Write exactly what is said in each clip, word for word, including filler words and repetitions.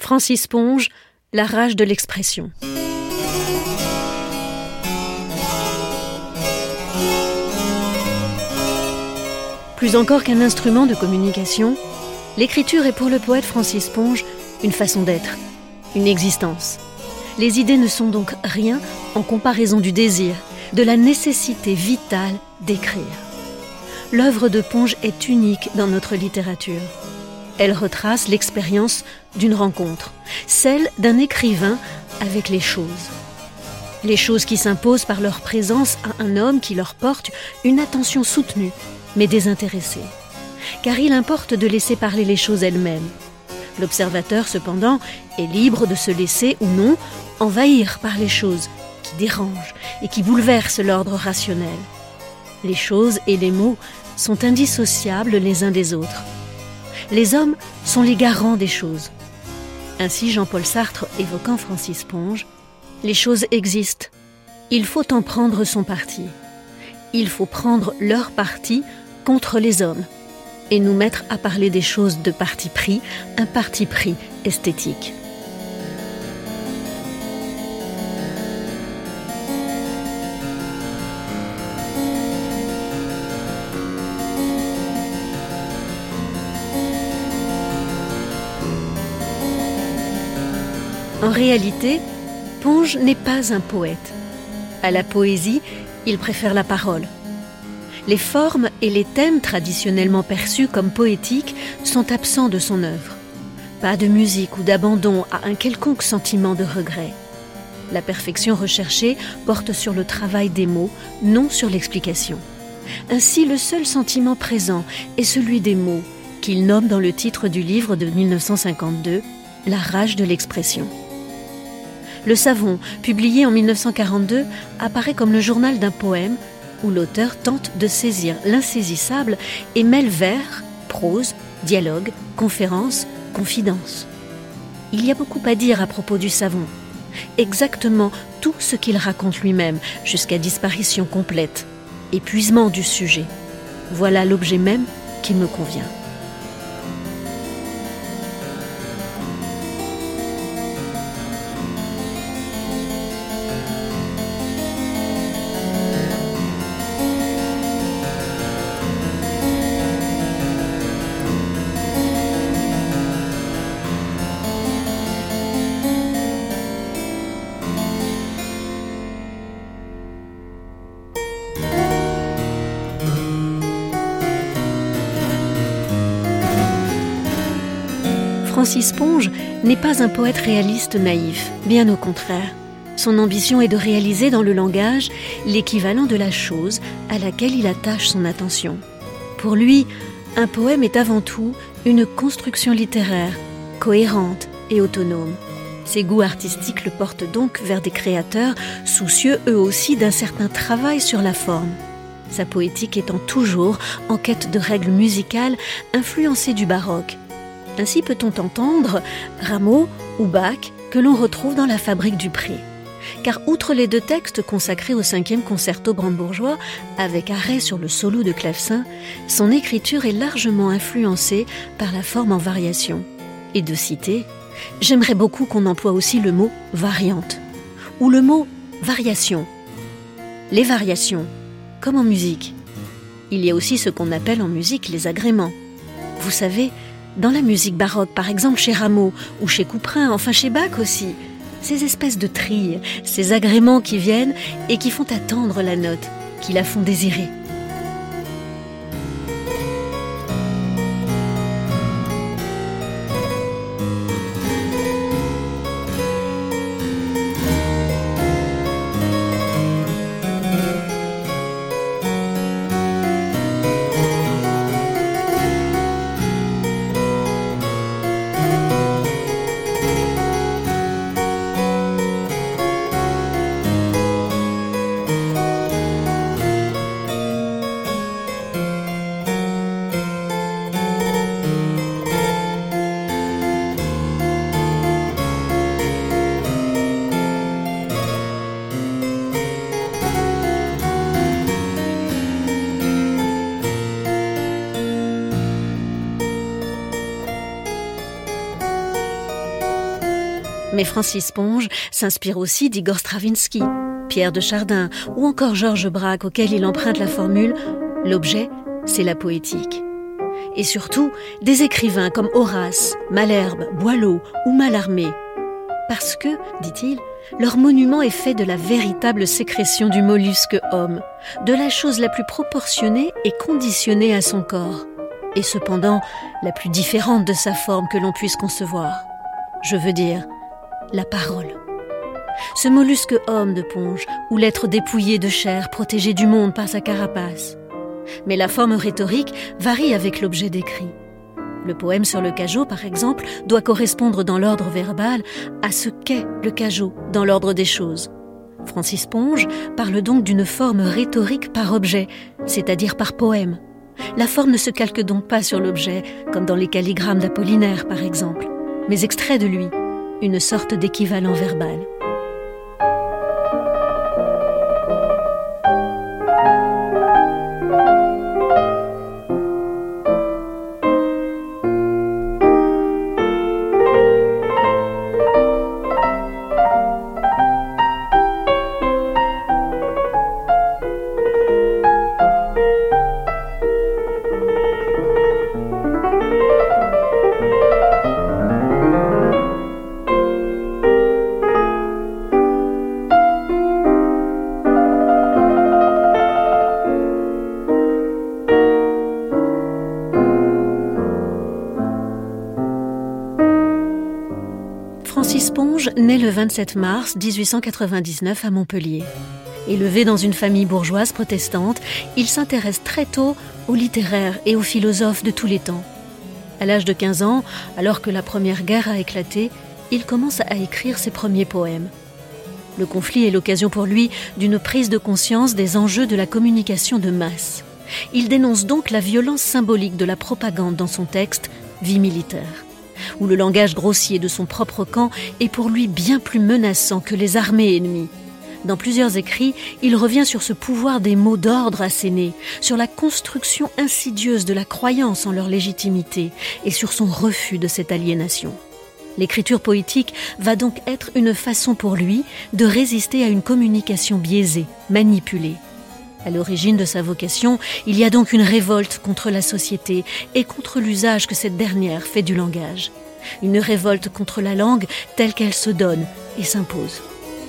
Francis Ponge, La rage de l'expression. Plus encore qu'un instrument de communication, l'écriture est pour le poète Francis Ponge une façon d'être, une existence. Les idées ne sont donc rien en comparaison du désir, de la nécessité vitale d'écrire. L'œuvre de Ponge est unique dans notre littérature. Elle retrace l'expérience d'une rencontre, celle d'un écrivain avec les choses. Les choses qui s'imposent par leur présence à un homme qui leur porte une attention soutenue, mais désintéressée. Car il importe de laisser parler les choses elles-mêmes. L'observateur, cependant, est libre de se laisser ou non envahir par les choses qui dérangent et qui bouleversent l'ordre rationnel. Les choses et les mots sont indissociables les uns des autres. Les hommes sont les garants des choses. Ainsi Jean-Paul Sartre évoquant Francis Ponge, « Les choses existent. Il faut en prendre son parti. Il faut prendre leur parti contre les hommes et nous mettre à parler des choses de parti pris, un parti pris esthétique. » En réalité, Ponge n'est pas un poète. À la poésie, il préfère la parole. Les formes et les thèmes traditionnellement perçus comme poétiques sont absents de son œuvre. Pas de musique ou d'abandon à un quelconque sentiment de regret. La perfection recherchée porte sur le travail des mots, non sur l'explication. Ainsi, le seul sentiment présent est celui des mots, qu'il nomme dans le titre du livre de mille neuf cent cinquante-deux, « La rage de l'expression ». Le Savon, publié en mille neuf cent quarante-deux, apparaît comme le journal d'un poème où l'auteur tente de saisir l'insaisissable et mêle vers, prose, dialogue, conférence, confidence. Il y a beaucoup à dire à propos du Savon. Exactement tout ce qu'il raconte lui-même, jusqu'à disparition complète, épuisement du sujet. Voilà l'objet même qui me convient. Francis Ponge n'est pas un poète réaliste naïf, bien au contraire. Son ambition est de réaliser dans le langage l'équivalent de la chose à laquelle il attache son attention. Pour lui, un poème est avant tout une construction littéraire, cohérente et autonome. Ses goûts artistiques le portent donc vers des créateurs soucieux eux aussi d'un certain travail sur la forme. Sa poétique étant toujours en quête de règles musicales influencées du baroque. Ainsi peut-on entendre Rameau ou Bach que l'on retrouve dans la Fabrique du Pré. Car outre les deux textes consacrés au cinquième concerto brandebourgeois, avec arrêt sur le solo de clavecin, son écriture est largement influencée par la forme en variation. Et de citer, j'aimerais beaucoup qu'on emploie aussi le mot « variante » ou le mot « variation ». Les variations, comme en musique. Il y a aussi ce qu'on appelle en musique les agréments. Vous savez, dans la musique baroque, par exemple chez Rameau ou chez Couperin, enfin chez Bach aussi, ces espèces de trilles, ces agréments qui viennent et qui font attendre la note, qui la font désirer. Mais Francis Ponge s'inspire aussi d'Igor Stravinsky, Pierre de Chardin ou encore Georges Braque, auquel il emprunte la formule « L'objet, c'est la poétique ». Et surtout, des écrivains comme Horace, Malherbe, Boileau ou Mallarmé. Parce que, dit-il, leur monument est fait de la véritable sécrétion du mollusque homme, de la chose la plus proportionnée et conditionnée à son corps, et cependant la plus différente de sa forme que l'on puisse concevoir. Je veux dire, la parole. Ce mollusque homme de Ponge, ou l'être dépouillé de chair, protégé du monde par sa carapace. Mais la forme rhétorique varie avec l'objet décrit. Le poème sur le Cajot, par exemple, doit correspondre dans l'ordre verbal à ce qu'est le Cajot, dans l'ordre des choses. Francis Ponge parle donc d'une forme rhétorique par objet, c'est-à-dire par poème. La forme ne se calque donc pas sur l'objet, comme dans les calligrammes d'Apollinaire, par exemple, mais extrait de lui, une sorte d'équivalent verbal. Francis Ponge naît le vingt-sept mars dix-huit cent quatre-vingt-dix-neuf à Montpellier. Élevé dans une famille bourgeoise protestante, il s'intéresse très tôt aux littéraires et aux philosophes de tous les temps. À l'âge de quinze ans, alors que la Première Guerre a éclaté, il commence à écrire ses premiers poèmes. Le conflit est l'occasion pour lui d'une prise de conscience des enjeux de la communication de masse. Il dénonce donc la violence symbolique de la propagande dans son texte « Vie militaire », où le langage grossier de son propre camp est pour lui bien plus menaçant que les armées ennemies. Dans plusieurs écrits, il revient sur ce pouvoir des mots d'ordre assénés, sur la construction insidieuse de la croyance en leur légitimité et sur son refus de cette aliénation. L'écriture poétique va donc être une façon pour lui de résister à une communication biaisée, manipulée. À l'origine de sa vocation, il y a donc une révolte contre la société et contre l'usage que cette dernière fait du langage. Une révolte contre la langue telle qu'elle se donne et s'impose.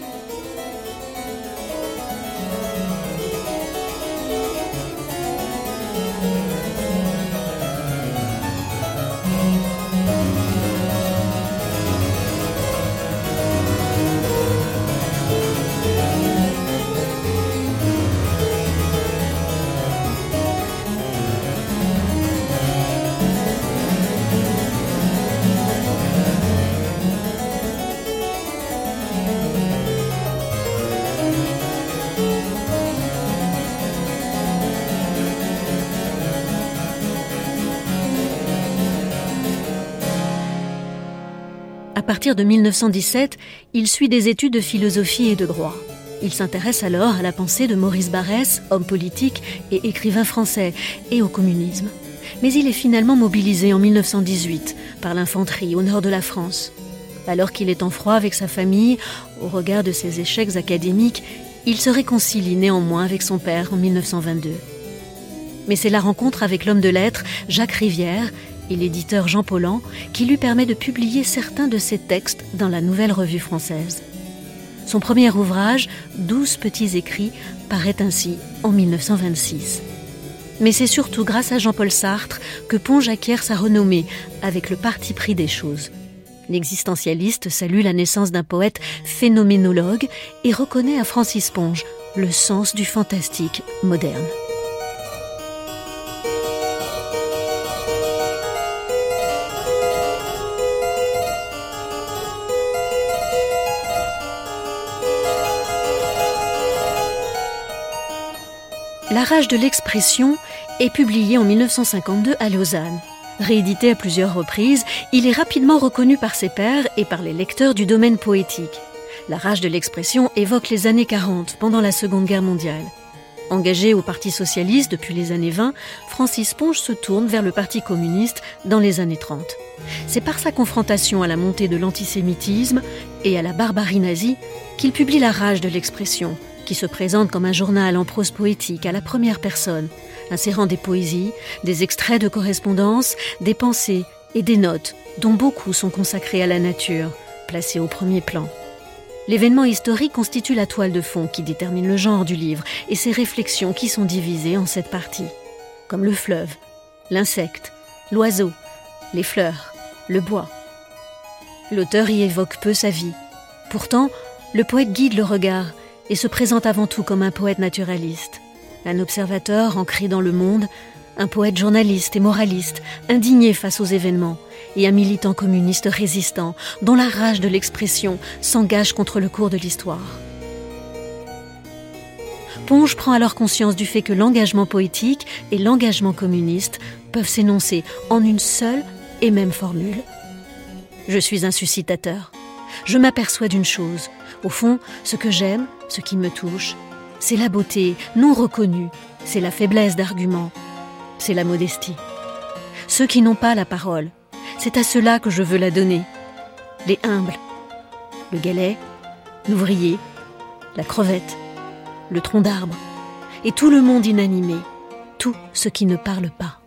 À partir de mille neuf cent dix-sept, il suit des études de philosophie et de droit. Il s'intéresse alors à la pensée de Maurice Barrès, homme politique et écrivain français, et au communisme. Mais il est finalement mobilisé en mille neuf cent dix-huit par l'infanterie au nord de la France. Alors qu'il est en froid avec sa famille, au regard de ses échecs académiques, il se réconcilie néanmoins avec son père en mille neuf cent vingt-deux. Mais c'est la rencontre avec l'homme de lettres, Jacques Rivière, et l'éditeur Jean Paulhan, qui lui permet de publier certains de ses textes dans la Nouvelle Revue Française. Son premier ouvrage, Douze petits écrits, paraît ainsi en mille neuf cent vingt-six. Mais c'est surtout grâce à Jean-Paul Sartre que Ponge acquiert sa renommée avec le parti pris des choses. L'existentialiste salue la naissance d'un poète phénoménologue et reconnaît à Francis Ponge le sens du fantastique moderne. La rage de l'expression est publié en mille neuf cent cinquante-deux à Lausanne. Réédité à plusieurs reprises, il est rapidement reconnu par ses pairs et par les lecteurs du domaine poétique. La rage de l'expression évoque les années quarante, pendant la Seconde Guerre mondiale. Engagé au Parti socialiste depuis les années vingt, Francis Ponge se tourne vers le Parti communiste dans les années trente. C'est par sa confrontation à la montée de l'antisémitisme et à la barbarie nazie qu'il publie La Rage de l'expression, qui se présente comme un journal en prose poétique à la première personne, insérant des poésies, des extraits de correspondance, des pensées et des notes, dont beaucoup sont consacrés à la nature, placées au premier plan. L'événement historique constitue la toile de fond qui détermine le genre du livre et ses réflexions qui sont divisées en sept parties, comme le fleuve, l'insecte, l'oiseau, les fleurs, le bois. L'auteur y évoque peu sa vie. Pourtant, le poète guide le regard et se présente avant tout comme un poète naturaliste, un observateur ancré dans le monde, un poète journaliste et moraliste, indigné face aux événements, et un militant communiste résistant, dont la rage de l'expression s'engage contre le cours de l'histoire. Ponge prend alors conscience du fait que l'engagement poétique et l'engagement communiste peuvent s'énoncer en une seule et même formule. Je suis un suscitateur. Je m'aperçois d'une chose. Au fond, ce que j'aime, ce qui me touche, c'est la beauté non reconnue, c'est la faiblesse d'argument, c'est la modestie. Ceux qui n'ont pas la parole, c'est à ceux-là que je veux la donner. Les humbles, le galet, l'ouvrier, la crevette, le tronc d'arbre, et tout le monde inanimé, tout ce qui ne parle pas.